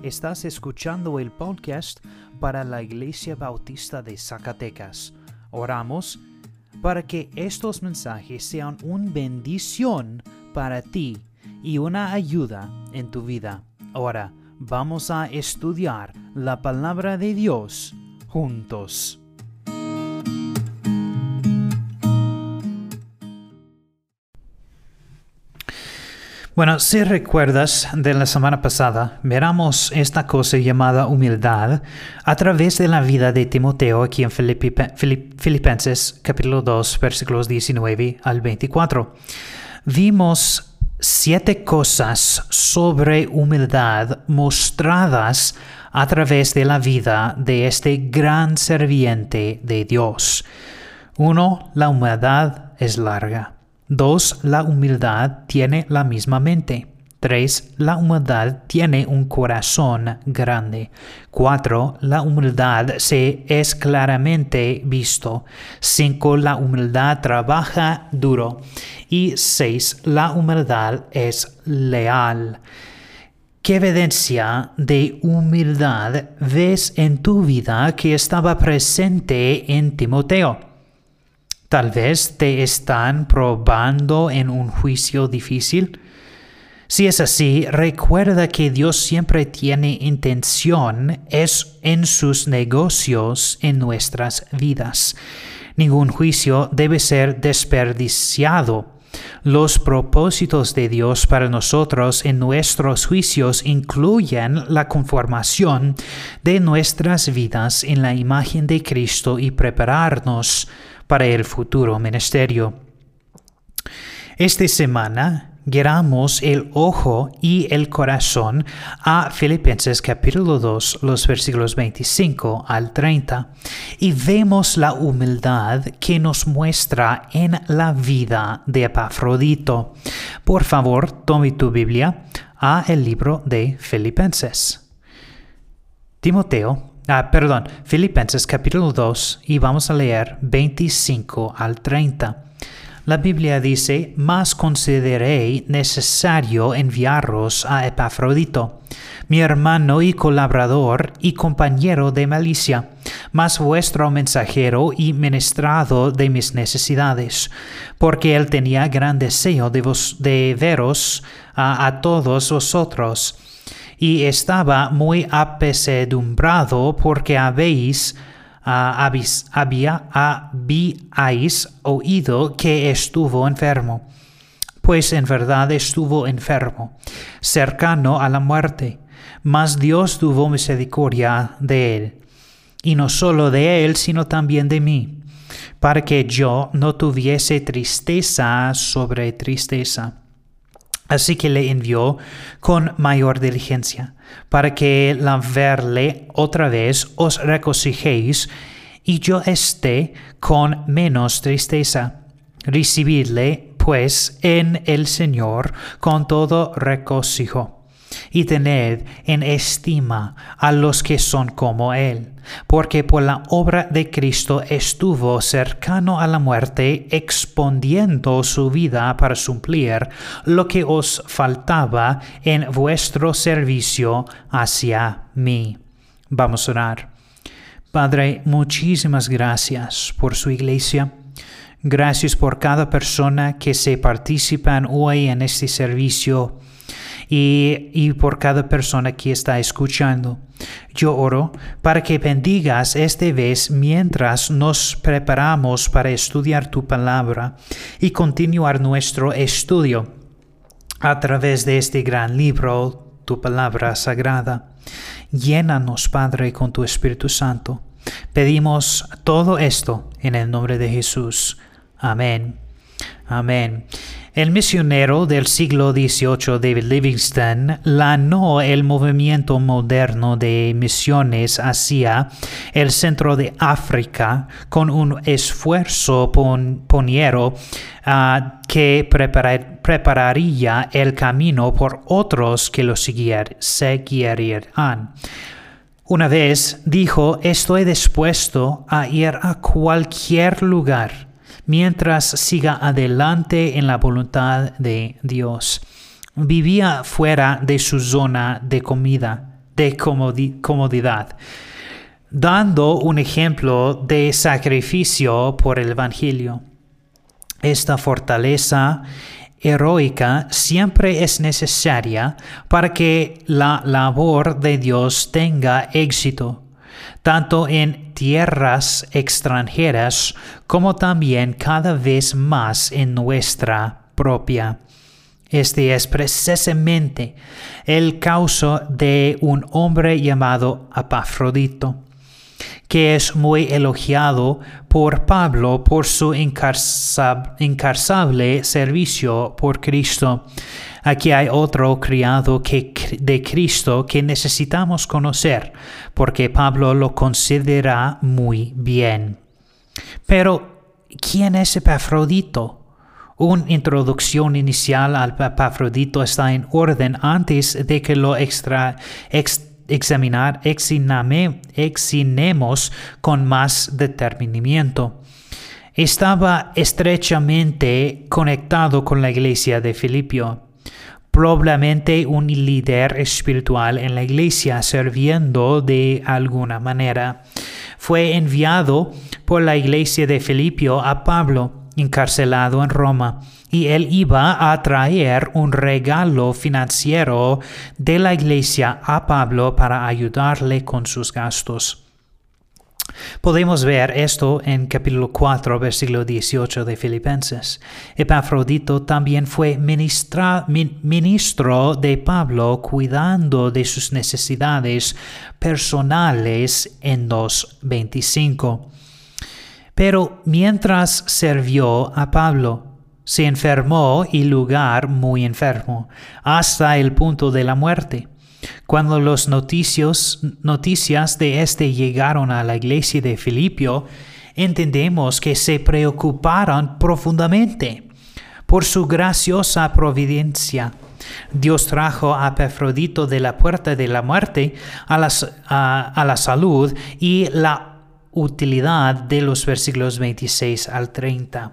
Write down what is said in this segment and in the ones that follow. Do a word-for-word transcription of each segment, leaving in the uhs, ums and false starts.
Estás escuchando el podcast para la Iglesia Bautista de Zacatecas. Oramos para que estos mensajes sean una bendición para ti y una ayuda en tu vida. Ahora vamos a estudiar la palabra de Dios juntos. Bueno, si recuerdas de la semana pasada, miramos esta cosa llamada humildad a través de la vida de Timoteo aquí en Filipe, Filip, Filipenses capítulo dos, versículos diecinueve al veinticuatro. Vimos siete cosas sobre humildad mostradas a través de la vida de este gran serviente de Dios. Uno, la humildad es larga. Dos, la humildad tiene la misma mente. Tres, la humildad tiene un corazón grande. Cuatro, la humildad se es claramente visto. Cinco, la humildad trabaja duro. Y seis, la humildad es leal. ¿Qué evidencia de humildad ves en tu vida que estaba presente en Timoteo? Tal vez te están probando en un juicio difícil. Si es así, recuerda que Dios siempre tiene intención es en sus negocios en nuestras vidas. Ningún juicio debe ser desperdiciado. Los propósitos de Dios para nosotros en nuestros juicios incluyen la conformación de nuestras vidas en la imagen de Cristo y prepararnos para el futuro ministerio. Esta semana guiamos el ojo y el corazón a Filipenses capítulo dos, los versículos veinticinco al treinta, y vemos la humildad que nos muestra en la vida de Epafrodito. Por favor, tome tu Biblia a el libro de Filipenses. Timoteo Ah, perdón, Filipenses capítulo dos y vamos a leer veinticinco al treinta. La Biblia dice, mas consideré necesario enviaros a Epafrodito, mi hermano y colaborador y compañero de milicia, mas vuestro mensajero y ministrado de mis necesidades, porque él tenía gran deseo de, vos, de veros a, a todos vosotros, y estaba muy apesadumbrado porque habéis, uh, habéis, había, habíais oído que estuvo enfermo. Pues en verdad estuvo enfermo, cercano a la muerte, mas Dios tuvo misericordia de él, y no solo de él, sino también de mí, para que yo no tuviese tristeza sobre tristeza. Así que le envió con mayor diligencia, para que al verle otra vez os regocijéis, y yo esté con menos tristeza. Recibidle, pues, en el Señor con todo regocijo, y tened en estima a los que son como Él, porque por la obra de Cristo estuvo cercano a la muerte, exponiendo su vida para suplir lo que os faltaba en vuestro servicio hacia mí. Vamos a orar. Padre, muchísimas gracias por su iglesia. Gracias por cada persona que se participan hoy en este servicio. Y, y por cada persona que está escuchando. Yo oro para que bendigas esta vez mientras nos preparamos para estudiar tu palabra y continuar nuestro estudio a través de este gran libro, tu palabra sagrada. Llénanos, Padre, con tu Espíritu Santo. Pedimos todo esto en el nombre de Jesús. Amén. Amén. El misionero del siglo dieciocho, David Livingstone, lanzó el movimiento moderno de misiones hacia el centro de África con un esfuerzo pionero uh, que preparar, prepararía el camino por otros que lo seguir, seguirían. Una vez dijo, estoy dispuesto a ir a cualquier lugar mientras siga adelante en la voluntad de Dios. Vivía fuera de su zona de comida, de comodi- comodidad, dando un ejemplo de sacrificio por el Evangelio. Esta fortaleza heroica siempre es necesaria para que la labor de Dios tenga éxito, tanto en tierras extranjeras como también cada vez más en nuestra propia. Este es precisamente el caso de un hombre llamado Epafrodito, que es muy elogiado por Pablo por su incansab- incansable servicio por Cristo. Aquí hay otro criado que, de Cristo que necesitamos conocer, porque Pablo lo considera muy bien. Pero, ¿quién es Epafrodito? Una introducción inicial al Epafrodito está en orden antes de que lo extra, extra examinar, exiname, exinemos con más determinamiento. Estaba estrechamente conectado con la iglesia de Filipio, probablemente un líder espiritual en la iglesia, sirviendo de alguna manera. Fue enviado por la iglesia de Filipio a Pablo, encarcelado en Roma, y él iba a traer un regalo financiero de la iglesia a Pablo para ayudarle con sus gastos. Podemos ver esto en capítulo cuatro, versículo dieciocho de Filipenses. Epafrodito también fue ministra, min, ministro de Pablo, cuidando de sus necesidades personales en dos veinticinco. Pero mientras sirvió a Pablo, se enfermó y lugar muy enfermo, hasta el punto de la muerte. Cuando las noticias, noticias de este llegaron a la iglesia de Filipio, entendemos que se preocuparon profundamente. Por su graciosa providencia, Dios trajo a Epafrodito de la puerta de la muerte a la, a, a la salud y la utilidad de los versículos veintiséis al treinta.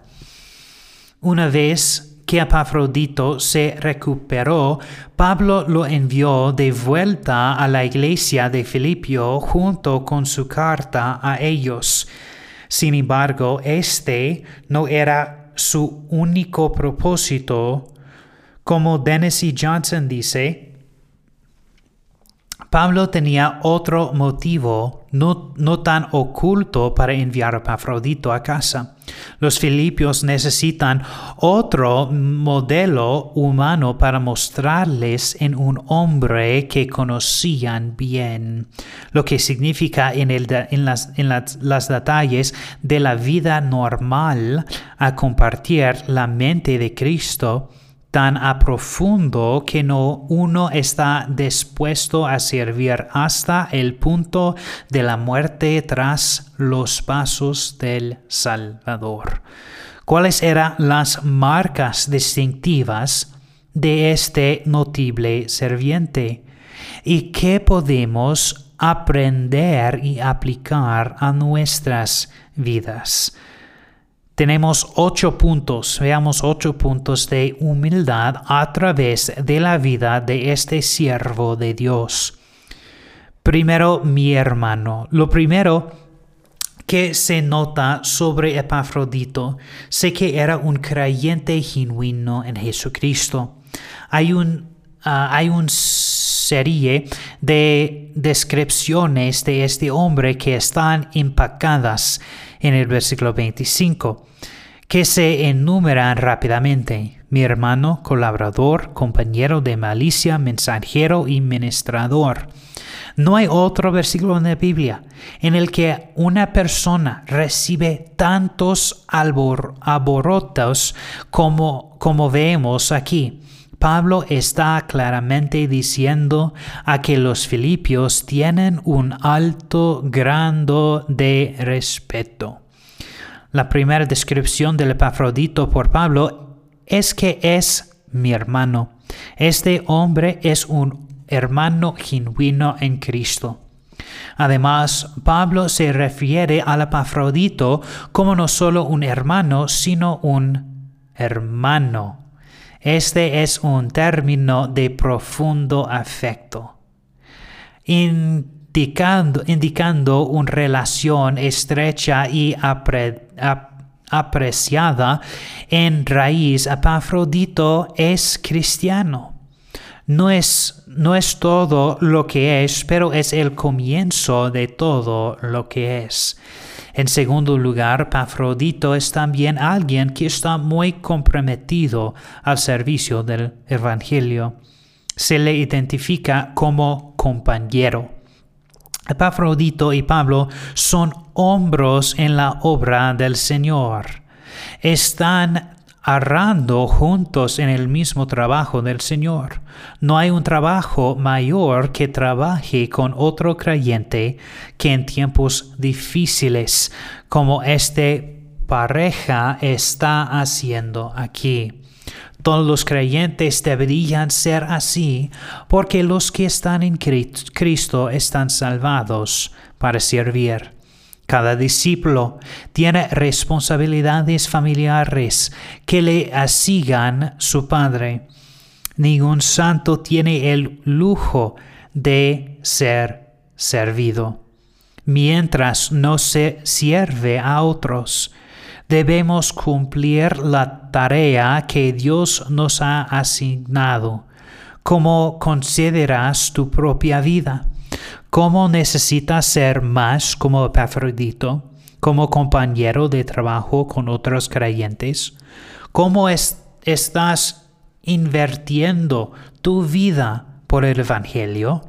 Una vez que Epafrodito se recuperó, Pablo lo envió de vuelta a la iglesia de Filipio junto con su carta a ellos. Sin embargo, este no era su único propósito. Como Dennis E. Johnson dice, Pablo tenía otro motivo no, no tan oculto para enviar a Epafrodito a casa. Los filipios necesitan otro modelo humano para mostrarles en un hombre que conocían bien, lo que significa en, el, en, las, en las, las detalles de la vida normal a compartir la mente de Cristo tan a profundo que no uno está dispuesto a servir hasta el punto de la muerte tras los pasos del Salvador. ¿Cuáles eran las marcas distintivas de este notable serviente? ¿Y qué podemos aprender y aplicar a nuestras vidas? Tenemos ocho puntos, veamos ocho puntos de humildad a través de la vida de este siervo de Dios. Primero, mi hermano. Lo primero que se nota sobre Epafrodito, sé que era un creyente genuino en Jesucristo. Hay un, uh, hay una serie de descripciones de este hombre que están empacadas en el versículo veinticinco, que se enumeran rápidamente. Mi hermano, colaborador, compañero de malicia, mensajero y ministrador. No hay otro versículo en la Biblia en el que una persona recibe tantos albor- alborotos como, como vemos aquí. Pablo está claramente diciendo a que los filipios tienen un alto grado de respeto. La primera descripción del Epafrodito por Pablo es que es mi hermano. Este hombre es un hermano genuino en Cristo. Además, Pablo se refiere al Epafrodito como no solo un hermano, sino un hermano. Este es un término de profundo afecto. indicando, indicando una relación estrecha y apre, ap, apreciada en raíz. Epafrodito es cristiano. No es, no es todo lo que es, pero es el comienzo de todo lo que es. En segundo lugar, Epafrodito es también alguien que está muy comprometido al servicio del Evangelio. Se le identifica como compañero. Epafrodito y Pablo son hombros en la obra del Señor. Están arando juntos en el mismo trabajo del Señor. No hay un trabajo mayor que trabaje con otro creyente que en tiempos difíciles como este pareja está haciendo aquí. Todos los creyentes deberían ser así, porque los que están en Cristo están salvados para servir. Cada discípulo tiene responsabilidades familiares que le asignan su Padre. Ningún santo tiene el lujo de ser servido. Mientras no se sirve a otros, debemos cumplir la tarea que Dios nos ha asignado. ¿Cómo consideras tu propia vida? ¿Cómo necesitas ser más como Epafrodito, como compañero de trabajo con otros creyentes? ¿Cómo es, estás invirtiendo tu vida por el Evangelio?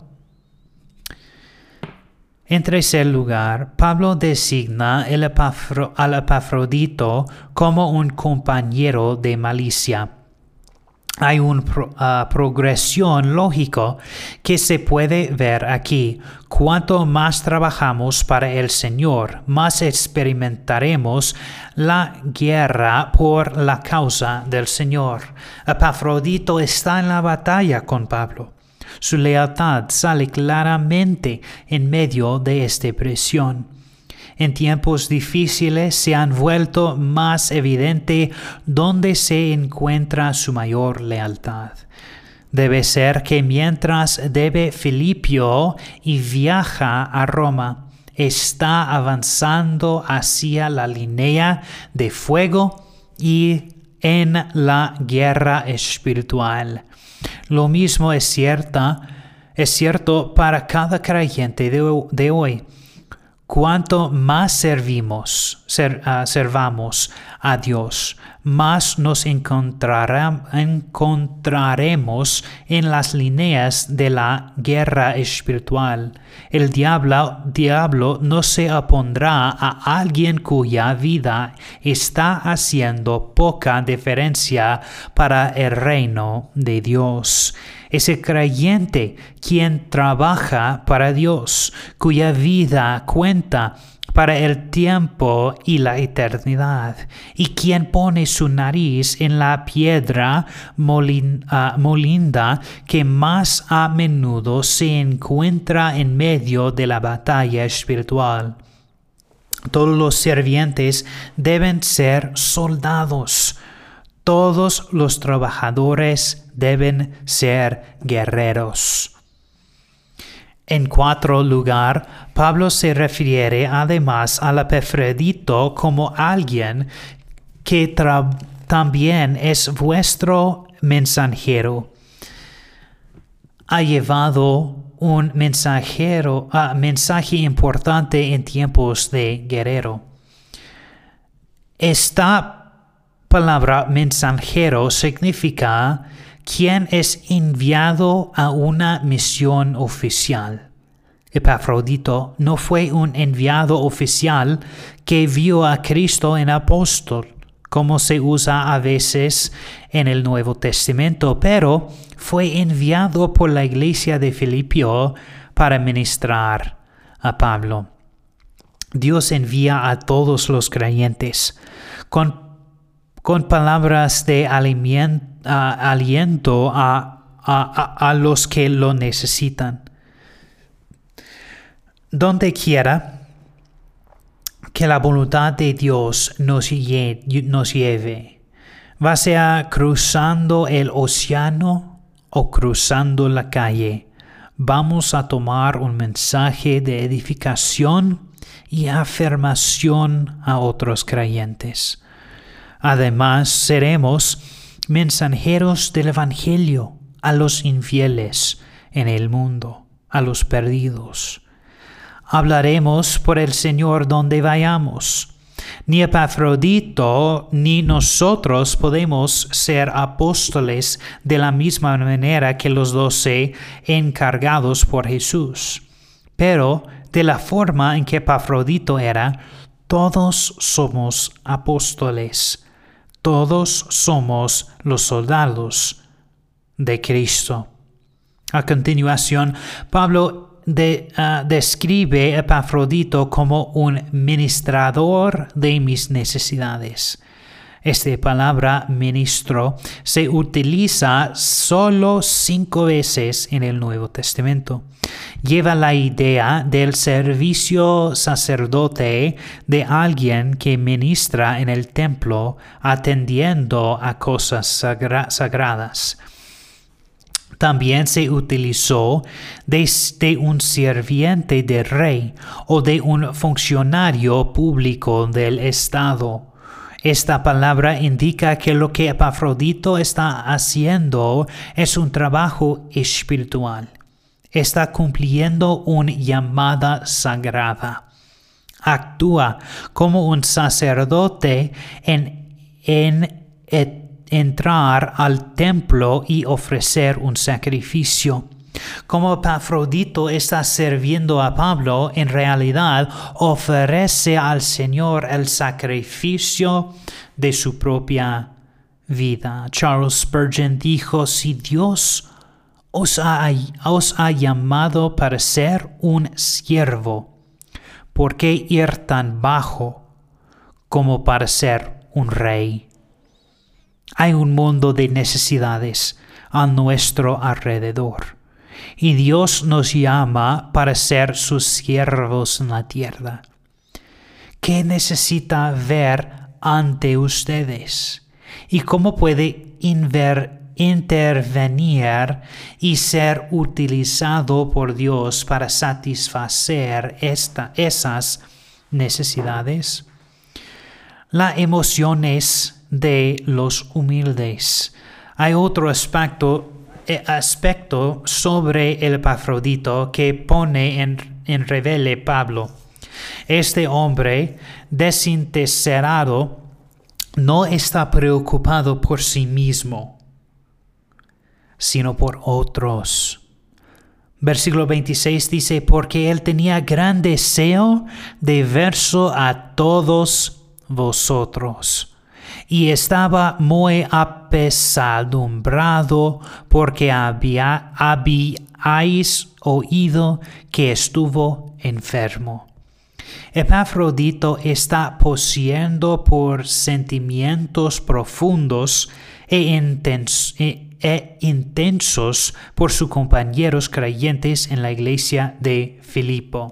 En tercer lugar, Pablo designa el Epafro, al Epafrodito como un compañero de malicia. Hay una pro, uh, progresión lógica que se puede ver aquí. Cuanto más trabajamos para el Señor, más experimentaremos la guerra por la causa del Señor. Epafrodito está en la batalla con Pablo. Su lealtad sale claramente en medio de esta presión. En tiempos difíciles se han vuelto más evidente dónde se encuentra su mayor lealtad. Debe ser que mientras debe Filipio y viaja a Roma, está avanzando hacia la línea de fuego y en la guerra espiritual. Lo mismo es cierto, es cierto para cada creyente de, de hoy. Cuanto más servimos, ser, uh, servamos a Dios, más nos encontrará, encontraremos en las líneas de la guerra espiritual. El diablo, diablo no se opondrá a alguien cuya vida está haciendo poca diferencia para el reino de Dios. Ese creyente quien trabaja para Dios, cuya vida cuenta para el tiempo y la eternidad, y quien pone su nariz en la piedra molin, uh, molinda que más a menudo se encuentra en medio de la batalla espiritual. Todos los sirvientes deben ser soldados. Todos los trabajadores deben ser guerreros. En cuarto lugar, Pablo se refiere además al Epafrodito como alguien que también es vuestro mensajero. Ha llevado un mensajero, uh, mensaje importante en tiempos de guerrero. Esta palabra mensajero significa quien es enviado a una misión oficial. Epafrodito no fue un enviado oficial que vio a Cristo en apóstol, como se usa a veces en el Nuevo Testamento, pero fue enviado por la iglesia de Filipio para ministrar a Pablo. Dios envía a todos los creyentes con con palabras de aliento, uh, aliento a, a, a, a los que lo necesitan. Donde quiera que la voluntad de Dios nos, lle nos lleve, va sea cruzando el océano o cruzando la calle, vamos a tomar un mensaje de edificación y afirmación a otros creyentes. Además, seremos mensajeros del Evangelio a los infieles en el mundo, a los perdidos. Hablaremos por el Señor donde vayamos. Ni Epafrodito ni nosotros podemos ser apóstoles de la misma manera que los doce encargados por Jesús. Pero de la forma en que Epafrodito era, todos somos apóstoles. Todos somos los soldados de Cristo. A continuación, Pablo De, uh, describe a Epafrodito como un ministrador de mis necesidades. Esta palabra ministro se utiliza solo cinco veces en el Nuevo Testamento. Lleva la idea del servicio sacerdote de alguien que ministra en el templo atendiendo a cosas sagra- sagradas. También se utilizó desde un sirviente del rey o de un funcionario público del Estado. Esta palabra indica que lo que Epafrodito está haciendo es un trabajo espiritual. Está cumpliendo una llamada sagrada. Actúa como un sacerdote en, en et, entrar al templo y ofrecer un sacrificio. Como Epafrodito está sirviendo a Pablo, en realidad ofrece al Señor el sacrificio de su propia vida. Charles Spurgeon dijo: si Dios os ha, os ha llamado para ser un siervo, ¿por qué ir tan bajo como para ser un rey? Hay un mundo de necesidades a nuestro alrededor, y Dios nos llama para ser sus siervos en la tierra. ¿Qué necesita ver ante ustedes? ¿Y cómo puede inver, intervenir y ser utilizado por Dios para satisfacer esta, esas necesidades? La emoción es de los humildes. Hay otro aspecto, eh, aspecto sobre el Epafrodito que pone en, en revele Pablo. Este hombre desinteresado no está preocupado por sí mismo, sino por otros. Versículo veintiséis dice: porque él tenía gran deseo de verso a todos vosotros, y estaba muy apesadumbrado porque había, habíais oído que estuvo enfermo. Epafrodito está poseendo por sentimientos profundos e, intens, e, e intensos por sus compañeros creyentes en la iglesia de Filipo.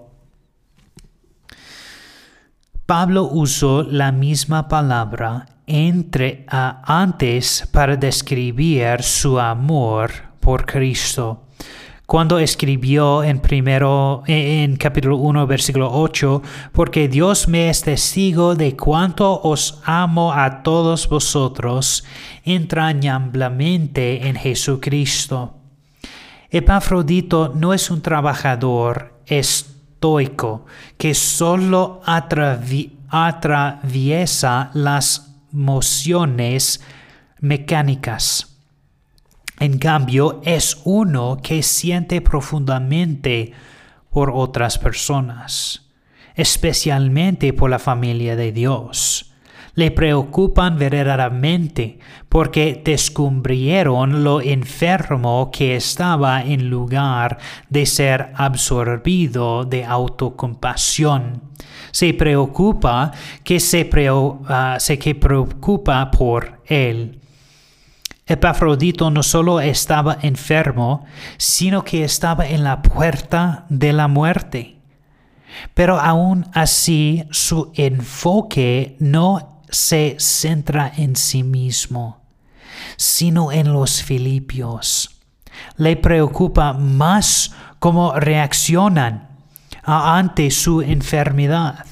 Pablo usó la misma palabra entre uh, antes para describir su amor por Cristo. Cuando escribió en primero en capítulo uno versículo ocho: porque Dios me es testigo de cuánto os amo a todos vosotros entrañablemente en Jesucristo. Epafrodito no es un trabajador estoico que solo atravi- atraviesa las mociones mecánicas. En cambio, es uno que siente profundamente por otras personas, especialmente por la familia de Dios. Le preocupan verdaderamente porque descubrieron lo enfermo que estaba en lugar de ser absorbido de autocompasión. Se preocupa que se, preo, uh, se que preocupa por él. Epafrodito no solo estaba enfermo, sino que estaba en la puerta de la muerte. Pero aún así, su enfoque no se centra en sí mismo, sino en los filipios. Le preocupa más cómo reaccionan ante su enfermedad,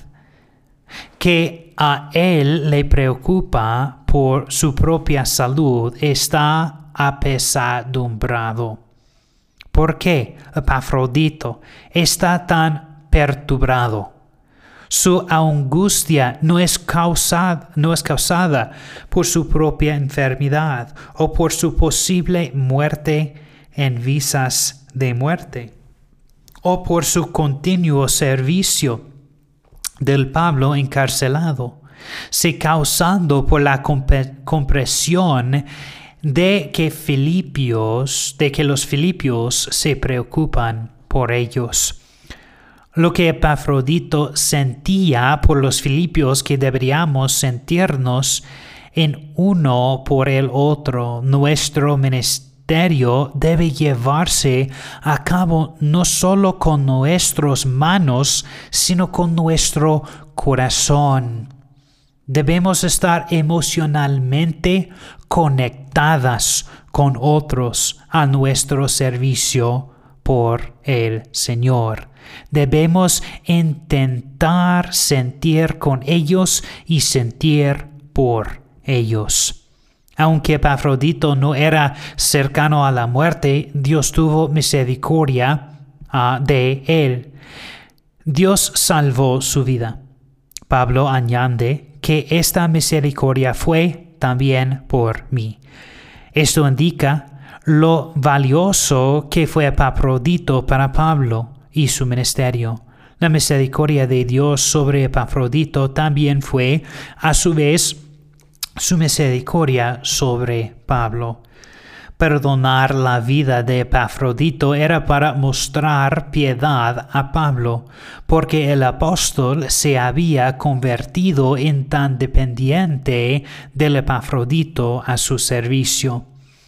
que a él le preocupa por su propia salud. Está apesadumbrado. ¿Por qué Epafrodito está tan perturbado? Su angustia no es causada, no es causada por su propia enfermedad o por su posible muerte en visas de muerte, o por su continuo servicio del Pablo encarcelado, se causando por la compresión de que Filipios, de que los filipios se preocupan por ellos. Lo que Epafrodito sentía por los filipios, que deberíamos sentirnos en uno por el otro. Nuestro ministerio debe llevarse a cabo no solo con nuestras manos, sino con nuestro corazón. Debemos estar emocionalmente conectadas con otros a nuestro servicio por el Señor. Debemos intentar sentir con ellos y sentir por ellos. Aunque Epafrodito no era cercano a la muerte, Dios tuvo misericordia uh, de él. Dios salvó su vida. Pablo añade que esta misericordia fue también por mí. Esto indica lo valioso que fue Epafrodito para Pablo y su ministerio. La misericordia de Dios sobre Epafrodito también fue, a su vez, su misericordia sobre Pablo. Perdonar la vida de Epafrodito era para mostrar piedad a Pablo, porque el apóstol se había convertido en tan dependiente del Epafrodito a su servicio.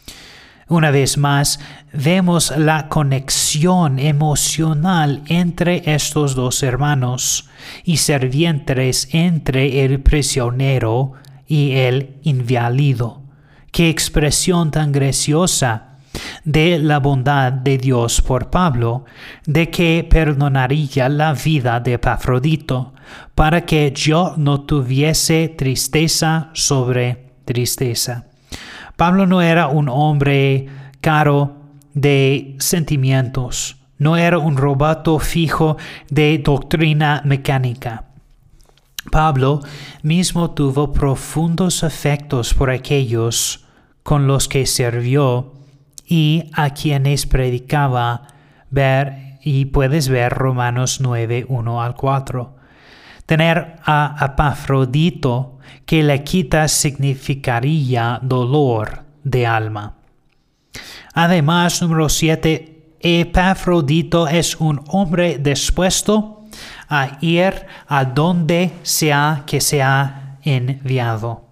Una vez más, vemos la conexión emocional entre estos dos hermanos y servientes, entre el prisionero y el inválido. ¡Qué expresión tan graciosa de la bondad de Dios por Pablo, de que perdonaría la vida de Epafrodito, para que yo no tuviese tristeza sobre tristeza! Pablo no era un hombre caro de sentimientos, no era un roboto fijo de doctrina mecánica. Pablo mismo tuvo profundos afectos por aquellos con los que sirvió y a quienes predicaba. Ver y puedes ver Romanos nueve, uno al cuatro. Tener a Epafrodito que le quita significaría dolor de alma. Además, número siete, Epafrodito es un hombre dispuesto a ir a donde sea que sea enviado.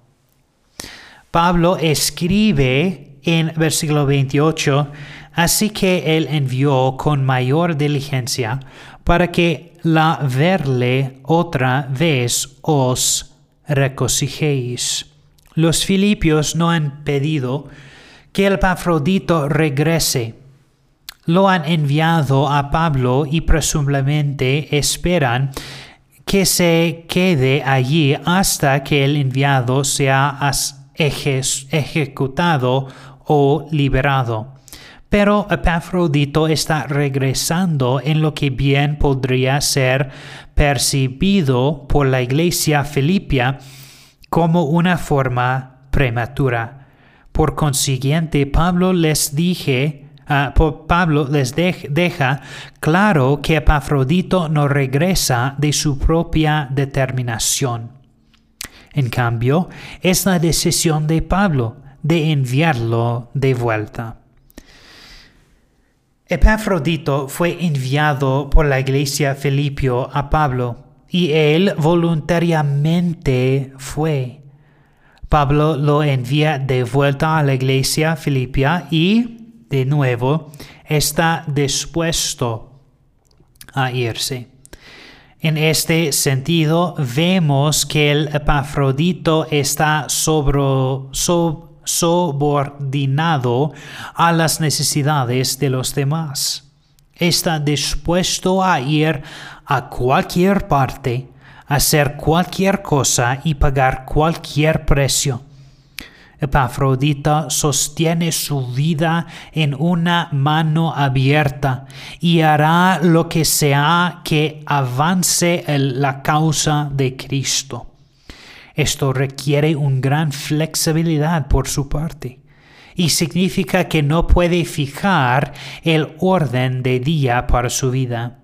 Pablo escribe en versículo veintiocho, así que él envió con mayor diligencia para que la verle otra vez os regocijéis. Los filipios no han pedido que el Epafrodito regrese. Lo han enviado a Pablo y presumiblemente esperan que se quede allí hasta que el enviado sea eje- ejecutado o liberado. Pero Epafrodito está regresando en lo que bien podría ser percibido por la iglesia filipia como una forma prematura. Por consiguiente, Pablo les dije, uh, Pablo les de- deja claro que Epafrodito no regresa de su propia determinación. En cambio, es la decisión de Pablo de enviarlo de vuelta. Epafrodito fue enviado por la iglesia filipio a Pablo, y él voluntariamente fue. Pablo lo envía de vuelta a la iglesia filipia y, de nuevo, está dispuesto a irse. En este sentido, vemos que el Epafrodito está sobre, sobre, subordinado a las necesidades de los demás. Está dispuesto a ir a cualquier parte, hacer cualquier cosa y pagar cualquier precio. Epafrodito sostiene su vida en una mano abierta y hará lo que sea que avance el, la causa de Cristo. Esto requiere una gran flexibilidad por su parte y significa que no puede fijar el orden de día para su vida.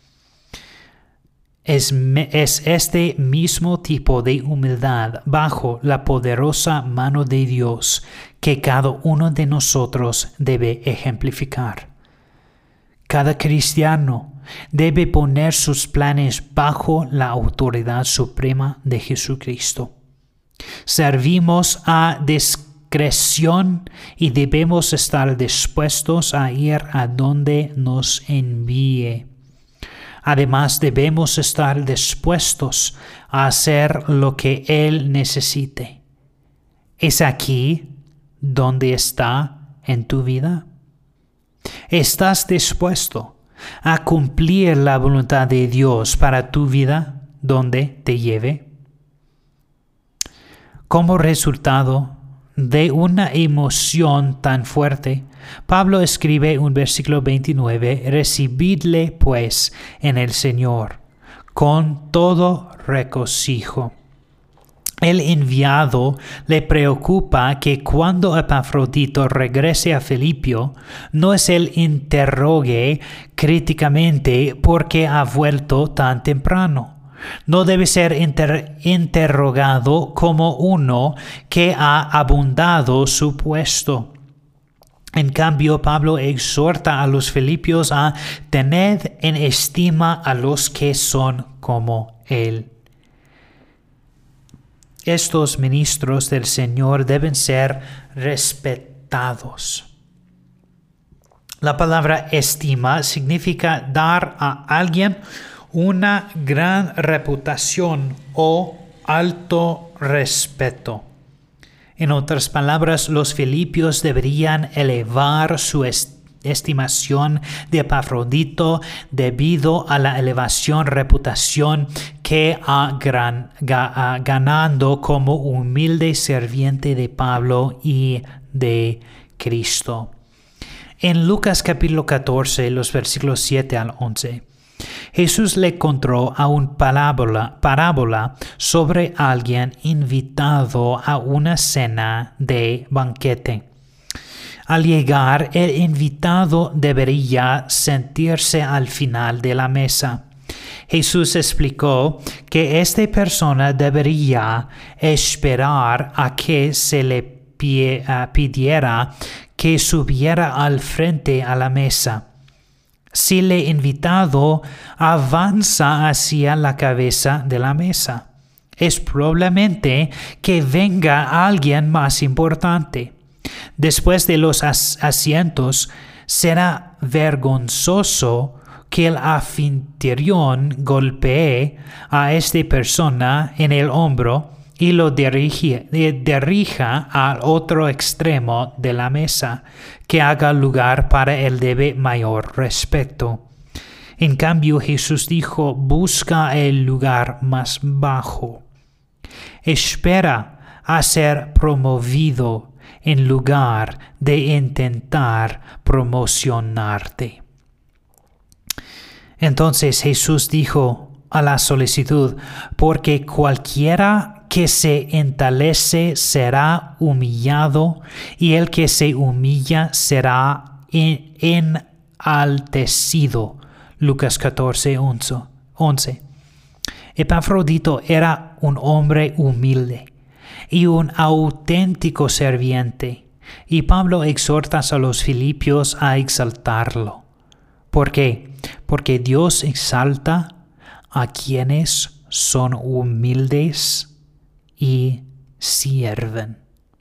Es, es este mismo tipo de humildad bajo la poderosa mano de Dios que cada uno de nosotros debe ejemplificar. Cada cristiano debe poner sus planes bajo la autoridad suprema de Jesucristo. Servimos a discreción y debemos estar dispuestos a ir a donde nos envíe. Además, debemos estar dispuestos a hacer lo que Él necesite. ¿Es aquí donde está en tu vida? ¿Estás dispuesto a cumplir la voluntad de Dios para tu vida donde te lleve? Como resultado de una emoción tan fuerte, Pablo escribe un versículo veintinueve, recibidle pues en el Señor con todo regocijo. El enviado le preocupa que cuando Epafrodito regrese a Filipio, no es el interrogue críticamente porque ha vuelto tan temprano. No debe ser inter- interrogado como uno que ha abandonado su puesto. En cambio, Pablo exhorta a los filipios a tener en estima a los que son como él. Estos ministros del Señor deben ser respetados. La palabra estima significa dar a alguien una gran reputación o alto respeto. En otras palabras, los filipios deberían elevar su estimación de Epafrodito debido a la elevación reputación que ha gran, ga, ganando como humilde serviente de Pablo y de Cristo. En Lucas capítulo catorce, los versículos siete al once, Jesús le contó a una parábola, parábola sobre alguien invitado a una cena de banquete. Al llegar, el invitado debería sentirse al final de la mesa. Jesús explicó que esta persona debería esperar a que se le pidiera que subiera al frente a la mesa. Si el invitado avanza hacia la cabeza de la mesa, es probablemente que venga alguien más importante. Después de los as- asientos, será vergonzoso que el anfitrión golpee a esta persona en el hombro y lo dirige, dirija al otro extremo de la mesa, que haga lugar para el de mayor respeto. En cambio, Jesús dijo, busca el lugar más bajo. Espera a ser promovido en lugar de intentar promocionarte. Entonces Jesús dijo a la solicitud, porque cualquiera que se enaltece será humillado, y el que se humilla será enaltecido. Lucas catorce, once. Epafrodito era un hombre humilde y un auténtico serviente, y Pablo exhorta a los filipios a exaltarlo. ¿Por qué? Porque Dios exalta a quienes son humildes y sirven.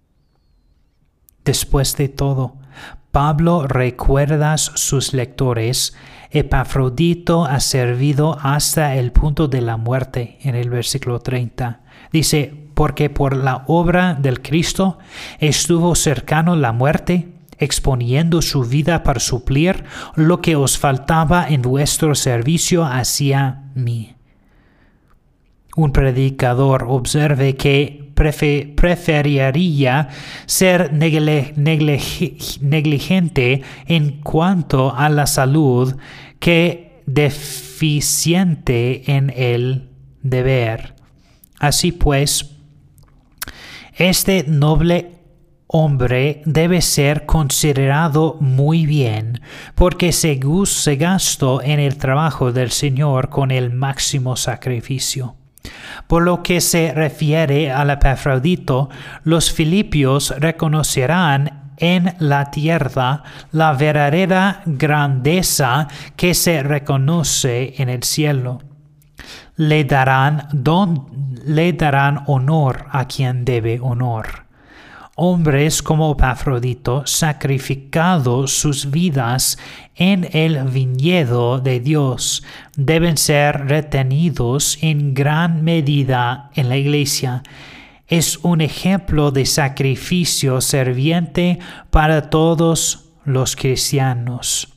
Después de todo, Pablo recuerda a sus lectores, Epafrodito ha servido hasta el punto de la muerte en el versículo treinta Dice, porque por la obra del Cristo estuvo cercano la muerte, exponiendo su vida para suplir lo que os faltaba en vuestro servicio hacia mí. Un predicador observe que prefe, preferiría ser negle, negle, negligente en cuanto a la salud que deficiente en el deber. Así pues, este noble hombre debe ser considerado muy bien, porque se, se gastó en el trabajo del Señor con el máximo sacrificio. Por lo que se refiere al Epafrodito, los filipios reconocerán en la tierra la verdadera grandeza que se reconoce en el cielo. Le darán, don, le darán honor a quien debe honor. Hombres como Epafrodito, sacrificado sus vidas en el viñedo de Dios, deben ser retenidos en gran medida en la iglesia. Es un ejemplo de sacrificio serviente para todos los cristianos.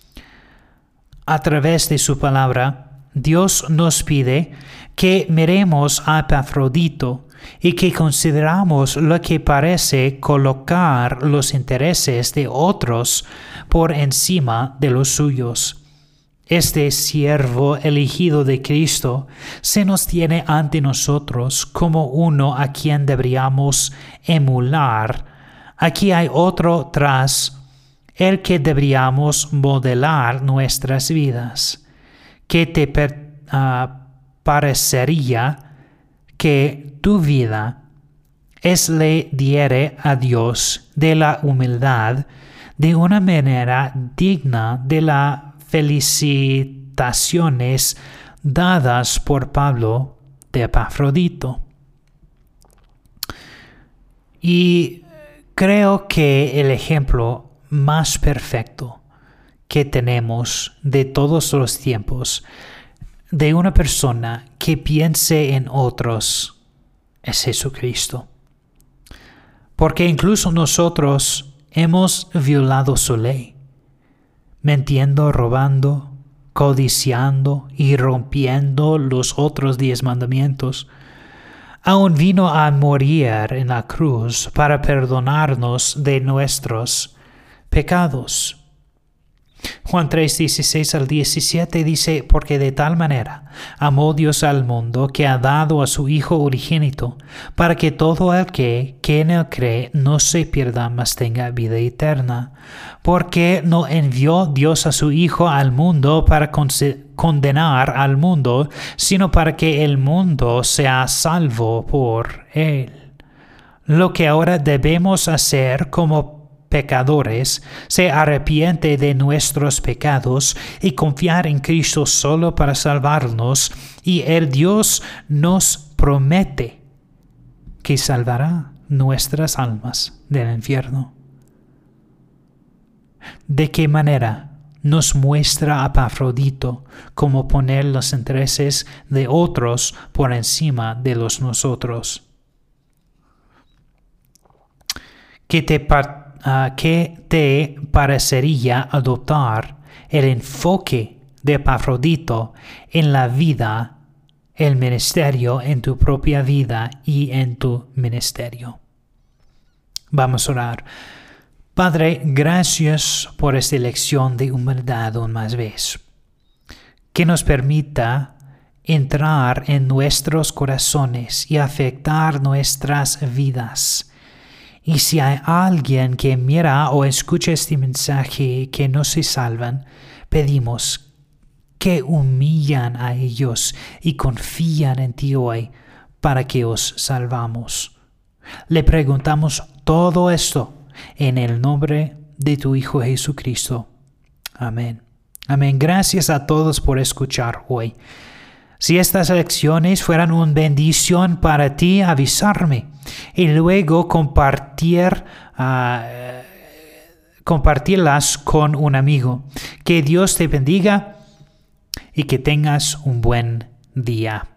A través de su palabra, Dios nos pide que miremos a Epafrodito y que consideramos lo que parece colocar los intereses de otros por encima de los suyos. Este siervo elegido de Cristo se nos tiene ante nosotros como uno a quien deberíamos emular. Aquí hay otro tras el que deberíamos modelar nuestras vidas. ¿Qué te per, uh, parecería que tu vida es le diere a Dios de la humildad de una manera digna de las felicitaciones dadas por Pablo de Epafrodito? Y creo que el ejemplo más perfecto que tenemos de todos los tiempos de una persona que piense en otros es Jesucristo. Porque incluso nosotros hemos violado su ley, mintiendo, robando, codiciando y rompiendo los otros diez mandamientos. Aún vino a morir en la cruz para perdonarnos de nuestros pecados. Juan tres, dieciséis al diecisiete dice, porque de tal manera amó Dios al mundo que ha dado a su Hijo unigénito, para que todo el que, que en él cree no se pierda, mas tenga vida eterna. Porque no envió Dios a su Hijo al mundo para condenar al mundo, sino para que el mundo sea salvo por él. Lo que ahora debemos hacer como pecadores, se arrepiente de nuestros pecados y confiar en Cristo solo para salvarnos, y el Dios nos promete que salvará nuestras almas del infierno. ¿De qué manera nos muestra a Epafrodito cómo poner los intereses de otros por encima de los nosotros? ¿Qué te par- Uh, ¿Qué te parecería adoptar el enfoque de Epafrodito en la vida, el ministerio, en tu propia vida y en tu ministerio? Vamos a orar. Padre, gracias por esta lección de humildad una más vez, que nos permita entrar en nuestros corazones y afectar nuestras vidas. Y si hay alguien que mira o escucha este mensaje que no se salvan, pedimos que humillan a ellos y confían en ti hoy para que os salvamos. Le preguntamos todo esto en el nombre de tu Hijo Jesucristo. Amén. Amén. Gracias a todos por escuchar hoy. Si estas lecciones fueran una bendición para ti, avisarme y luego compartir, uh, compartirlas con un amigo. Que Dios te bendiga y que tengas un buen día.